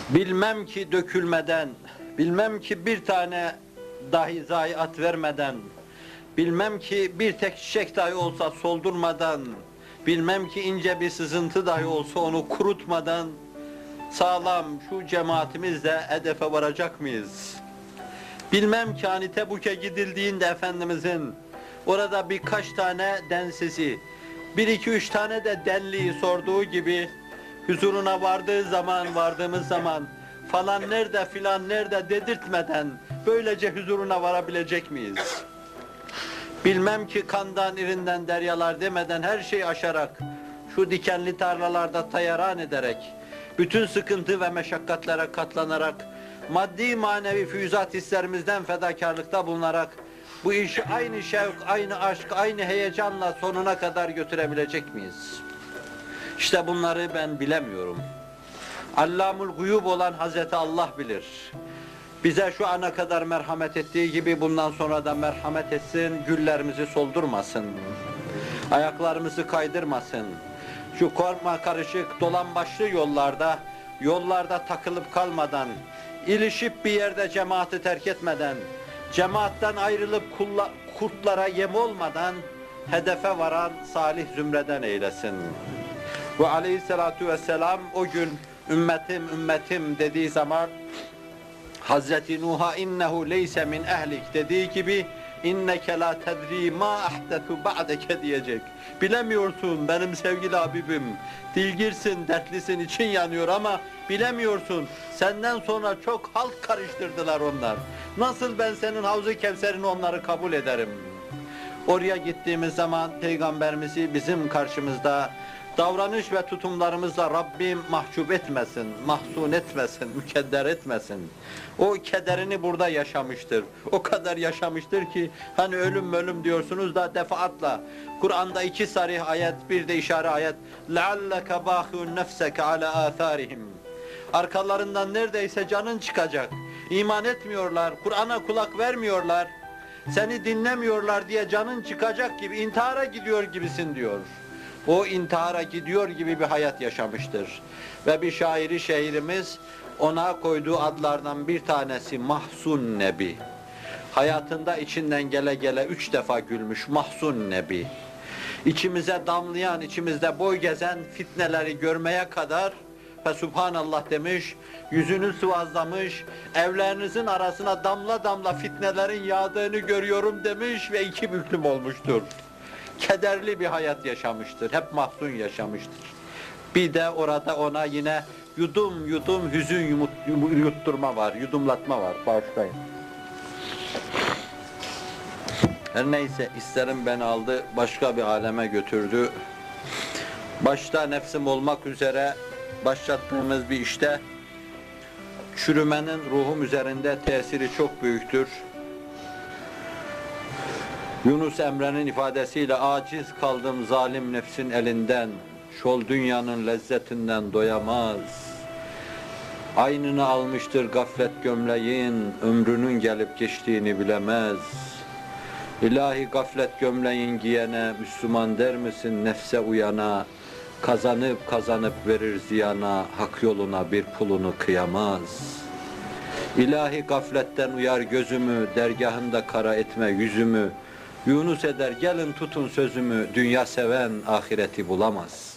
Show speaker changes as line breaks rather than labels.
Bilmem ki dökülmeden, bilmem ki bir tane dahi zayiat vermeden, bilmem ki bir tek çiçek dahi olsa soldurmadan, bilmem ki ince bir sızıntı dahi olsa onu kurutmadan, sağlam şu cemaatimizle hedefe varacak mıyız? Bilmem ki hani Tebuk'e gidildiğinde Efendimizin orada birkaç tane densizi, bir iki üç tane de denliği sorduğu gibi huzuruna vardığımız zaman falan nerede filan nerede dedirtmeden böylece huzuruna varabilecek miyiz? Bilmem ki kandan irinden deryalar demeden her şeyi aşarak şu dikenli tarlalarda tayaran ederek bütün sıkıntı ve meşakkatlere katlanarak maddi manevi füyüzat hislerimizden fedakarlıkta bulunarak bu işi aynı şevk, aynı aşk, aynı heyecanla sonuna kadar götürebilecek miyiz? İşte bunları ben bilemiyorum. Allamul guyub olan Hazreti Allah bilir. Bize şu ana kadar merhamet ettiği gibi bundan sonra da merhamet etsin, güllerimizi soldurmasın, ayaklarımızı kaydırmasın. Şu korkma karışık dolambaçlı yollarda takılıp kalmadan, ilişip bir yerde cemaati terk etmeden, cemaatten ayrılıp kurtlara yem olmadan, hedefe varan salih zümreden eylesin. Ve aleyhissalatu vesselam o gün ümmetim ümmetim dediği zaman Hazreti Nuh'a innehu leyse min ehlik dediği gibi inneke la tedri ma ahdetu ba'deke diyecek. Bilemiyorsun benim sevgili Habibim. Dilgirsin, dertlisin, için yanıyor ama bilemiyorsun. Senden sonra çok halk karıştırdılar onlar. Nasıl ben senin Havz-ı Kevser'ini onları kabul ederim? Oraya gittiğimiz zaman Peygamberimizi bizim karşımızda davranış ve tutumlarımızla Rabbim mahcup etmesin, mahzun etmesin, mükedder etmesin. O kederini burada yaşamıştır. O kadar yaşamıştır ki hani ölüm diyorsunuz da defaatla. Kur'an'da 2 sarih ayet, bir de işare ayet. لَعَلَّكَ بَاخُونَ نَفْسَكَ عَلَى آثَارِهِمْ. Arkalarından neredeyse canın çıkacak. İman etmiyorlar, Kur'an'a kulak vermiyorlar. Seni dinlemiyorlar diye canın çıkacak gibi intihara gidiyor gibisin diyor. O intihara gidiyor gibi bir hayat yaşamıştır. Ve bir şairimiz ona koyduğu adlardan bir tanesi Mahzun Nebi. Hayatında içinden gele 3 defa gülmüş Mahzun Nebi. İçimize damlayan, içimizde boy gezen fitneleri görmeye kadar ve Subhanallah demiş, yüzünü sıvazlamış, evlerinizin arasına damla damla fitnelerin yağdığını görüyorum demiş ve 2 büklüm olmuştur. Kederli bir hayat yaşamıştır, hep mahzun yaşamıştır. Bir de orada ona yine yudum hüzün yutturma var, yudumlatma var, bağışlayın. Her neyse, isterim beni aldı, başka bir aleme götürdü. Başta nefsim olmak üzere başlattığımız bir işte, çürümenin ruhum üzerinde tesiri çok büyüktür. Yunus Emre'nin ifadesiyle aciz kaldım zalim nefsin elinden, şol dünyanın lezzetinden doyamaz. Aynını almıştır gaflet gömleğin, ömrünün gelip geçtiğini bilemez. İlahi gaflet gömleğin giyene, Müslüman der misin nefse uyana, kazanıp verir ziyana, hak yoluna bir pulunu kıyamaz. İlahi gafletten uyar gözümü, dergahında kara etme yüzümü, Yunus eder gelin tutun sözümü, dünya seven ahireti bulamaz.